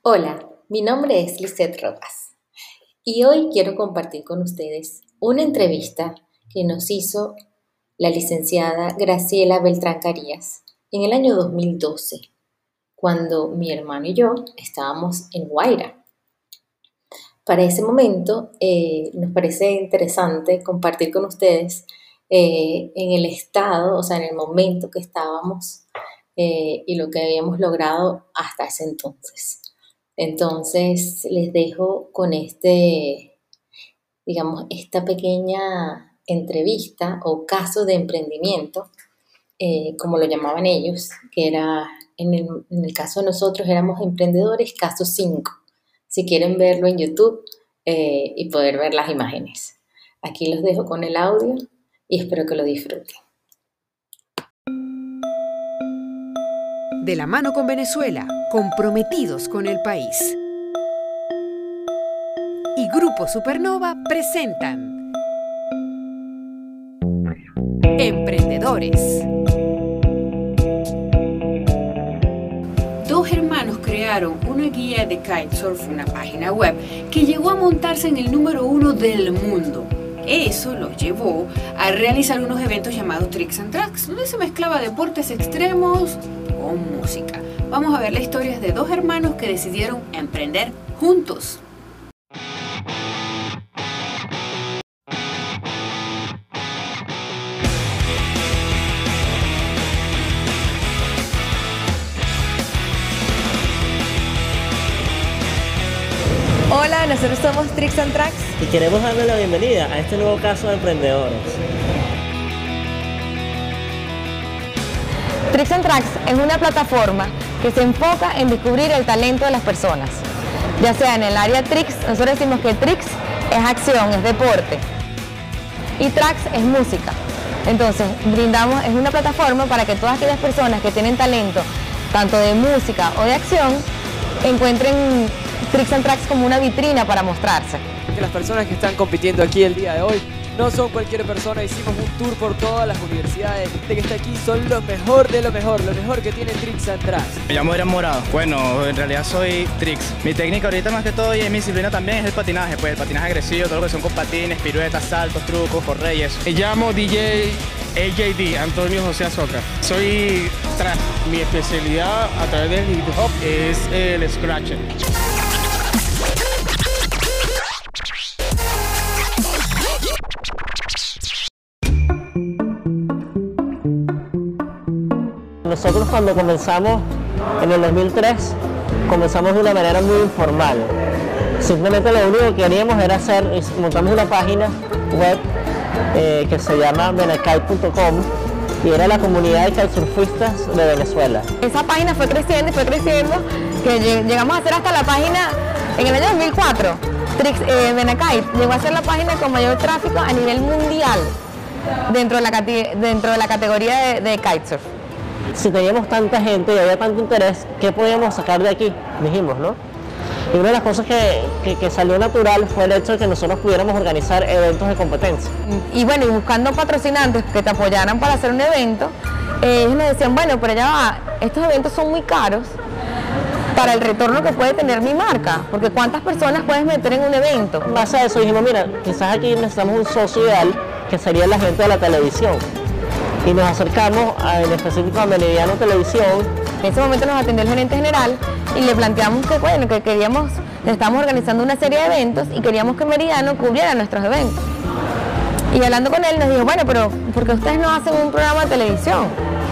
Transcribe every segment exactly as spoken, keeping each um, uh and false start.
Hola, mi nombre es Lisette Rojas y hoy quiero compartir con ustedes una entrevista que nos hizo la licenciada Graciela Beltrán Carías en el año dos mil doce, cuando mi hermano y yo estábamos en Guaira. Para ese momento eh, nos parece interesante compartir con ustedes eh, en el estado, o sea, en el momento que estábamos eh, y lo que habíamos logrado hasta ese entonces. Entonces les dejo con este, digamos, esta pequeña entrevista o caso de emprendimiento, eh, como lo llamaban ellos, que era, en el, en el caso de nosotros éramos emprendedores caso cinco. Si quieren verlo en YouTube eh, y poder ver las imágenes. Aquí los dejo con el audio y espero que lo disfruten. De la mano con Venezuela, comprometidos con el país. Y Grupo Supernova presentan Emprendedores. Dos hermanos crearon una guía de kitesurf, una página web, que llegó a montarse en el número uno del mundo. Eso los llevó a realizar unos eventos llamados Tricks and Tracks, donde se mezclaba deportes extremos con música. Vamos a ver la historia de dos hermanos que decidieron emprender juntos. Hola, nosotros somos Tricks and Tracks y queremos darle la bienvenida a este nuevo caso de emprendedores. Tricks and Tracks es una plataforma que se enfoca en descubrir el talento de las personas, ya sea en el área Tricks. Nosotros decimos que Tricks es acción, es deporte, y Tracks es música. Entonces brindamos, es una plataforma para que todas aquellas personas que tienen talento, tanto de música o de acción, encuentren Tricks and Tracks como una vitrina para mostrarse. Que las personas que están compitiendo aquí el día de hoy no son cualquier persona. Hicimos un tour por todas las universidades. La gente que está aquí son lo mejor de lo mejor, lo mejor que tiene Tricks and Tracks. Me llamo Adrián Morado. Bueno, en realidad soy Tricks. Mi técnica ahorita más que todo y en mi disciplina también es el patinaje, pues el patinaje agresivo, todo lo que son con patines, piruetas, saltos, trucos, correr y eso. Me llamo D J A J D, Antonio José Azoka. Soy trap. Mi especialidad a través del hip hop es el scratch. Nosotros cuando comenzamos en el dos mil tres, comenzamos de una manera muy informal. Simplemente lo único que queríamos era hacer, montamos una página web eh, que se llama venakite punto com y era la comunidad de kitesurfistas de Venezuela. Esa página fue creciendo y fue creciendo, que llegamos a hacer hasta la página en el año dos mil cuatro. Tricks, eh, Venakite llegó a ser la página con mayor tráfico a nivel mundial dentro de la, dentro de la categoría de, de kitesurf. Si teníamos tanta gente y había tanto interés, ¿qué podíamos sacar de aquí? Dijimos, ¿no? Y una de las cosas que, que, que salió natural fue el hecho de que nosotros pudiéramos organizar eventos de competencia. Y bueno, y buscando patrocinantes que te apoyaran para hacer un evento, eh, ellos nos decían, bueno, pero ya va, estos eventos son muy caros para el retorno que puede tener mi marca, porque ¿cuántas personas puedes meter en un evento? En base a eso dijimos, mira, quizás aquí necesitamos un socio ideal, que sería la gente de la televisión. Y nos acercamos a, en específico a Meridiano Televisión. En ese momento nos atendió el gerente general y le planteamos que bueno, que queríamos, estábamos organizando una serie de eventos y queríamos que Meridiano cubriera nuestros eventos. Y hablando con él nos dijo, bueno, pero ¿por qué ustedes no hacen un programa de televisión?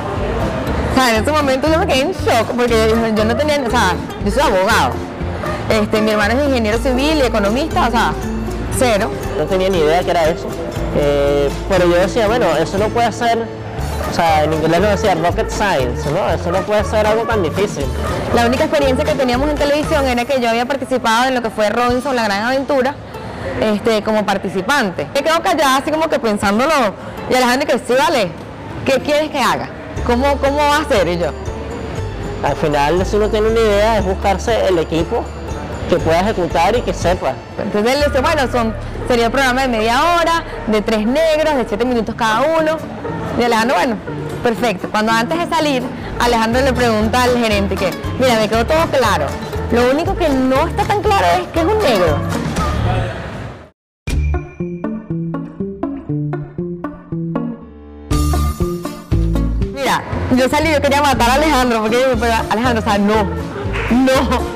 O sea, en ese momento yo me quedé en shock porque yo, yo no tenía, o sea, yo soy abogado. Este, mi hermano es ingeniero civil y economista, o sea, cero. No tenía ni idea que era eso. Eh, pero yo decía, bueno, eso no puede ser. O sea, en inglés lo decía rocket science, ¿no? Eso no puede ser algo tan difícil. La única experiencia que teníamos en televisión era que yo había participado en lo que fue Robinson, la gran aventura, este, como participante. Me quedo callada así como que pensándolo, y Alejandro que sí, vale, ¿qué quieres que haga? ¿Cómo, cómo va a ser? Y yo. Al final, si uno tiene una idea, es buscarse el equipo que pueda ejecutar y que sepa. Entonces él dice, bueno, son, sería un programa de media hora, de tres negros, de siete minutos cada uno. Y Alejandro, bueno, perfecto. Cuando antes de salir, Alejandro le pregunta al gerente que, mira, me quedó todo claro, Lo único que no está tan claro es que es un negro. Mira, yo salí, yo quería matar a Alejandro, porque yo, pero Alejandro, o sea, no, no.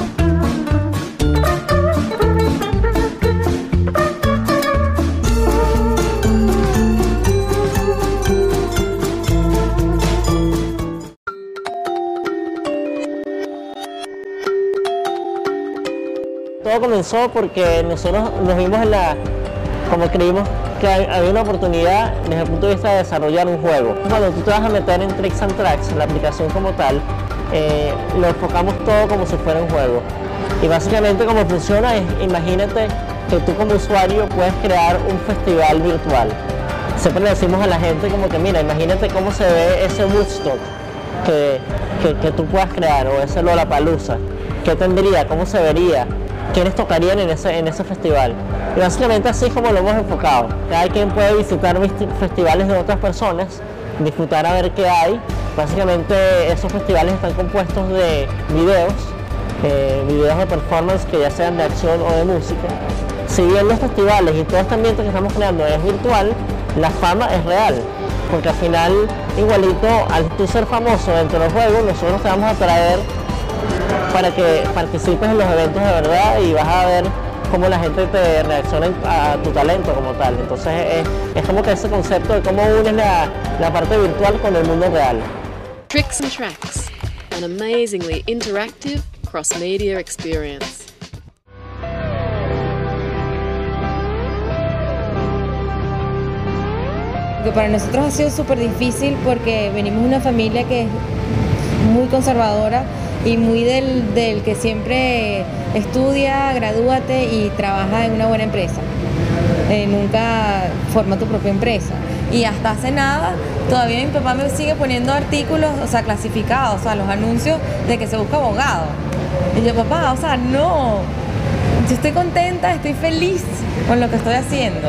Todo comenzó porque nosotros nos vimos en la, como creímos que había una oportunidad desde el punto de vista de desarrollar un juego. Cuando tú te vas a meter en Tricks and Tracks, la aplicación como tal, eh, lo enfocamos todo como si fuera un juego. Y básicamente como funciona es, imagínate que tú como usuario puedes crear un festival virtual. Siempre le decimos a la gente como que mira, imagínate cómo se ve ese Woodstock que, que, que tú puedas crear, o ese Lollapalooza, qué tendría, cómo se vería, quiénes tocarían en ese, en ese festival. Y básicamente así es como lo hemos enfocado. Cada quien puede visitar festivales de otras personas, disfrutar a ver qué hay. Básicamente esos festivales están compuestos de videos, eh, videos de performance que ya sean de acción o de música. Si bien los festivales y todo este ambiente que estamos creando es virtual, la fama es real. Porque al final, igualito, al tú ser famoso dentro de los juegos, nosotros te vamos a traer para que participes en los eventos de verdad y vas a ver cómo la gente te reacciona a tu talento como tal. Entonces es, es como que ese concepto de cómo unes la, la parte virtual con el mundo real. Tricks and Tracks, an amazingly interactive cross-media experience. Que para nosotros ha sido súper difícil porque venimos de una familia que es muy conservadora y muy del, del que siempre estudia, gradúate y trabaja en una buena empresa. Eh, nunca forma tu propia empresa. Y hasta hace nada, todavía mi papá me sigue poniendo artículos, o sea, clasificados, o sea, los anuncios de que se busca abogado. Y yo, papá, o sea, no, yo estoy contenta, estoy feliz con lo que estoy haciendo.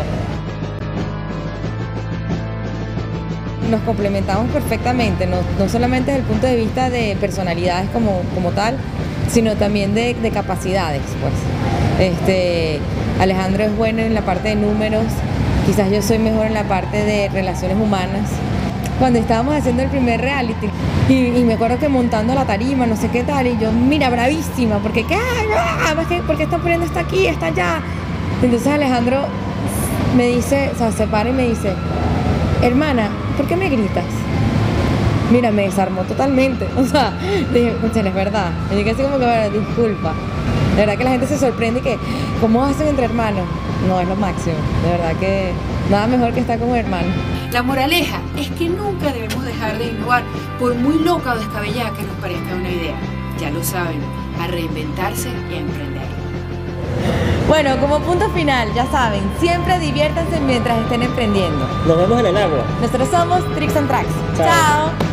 Nos complementamos perfectamente, no, no solamente desde el punto de vista de personalidades como, como tal, sino también de, de capacidades, pues. Este, Alejandro es bueno en la parte de números, quizás yo soy mejor en la parte de relaciones humanas. Cuando estábamos haciendo el primer reality, y, y me acuerdo que montando la tarima, no sé qué tal, y yo, mira, bravísima, porque ¿qué? ¿Por qué están poniendo esto aquí, está allá? Entonces Alejandro me dice, o sea, se para y me dice, hermana, ¿por qué me gritas? Mira, me desarmó totalmente. O sea, dije, es verdad. Y dije así como que, bueno, disculpa. De verdad que la gente se sorprende que, ¿cómo hacen entre hermanos? No, es lo máximo. De verdad que nada mejor que estar como hermanos. La moraleja es que nunca debemos dejar de innovar, por muy loca o descabellada que nos parezca una idea. Ya lo saben, a reinventarse y a emprender. Bueno, como punto final, ya saben, siempre diviértanse mientras estén emprendiendo. Nos vemos en el agua. Nosotros somos Tricks and Tracks. Chao. Chao.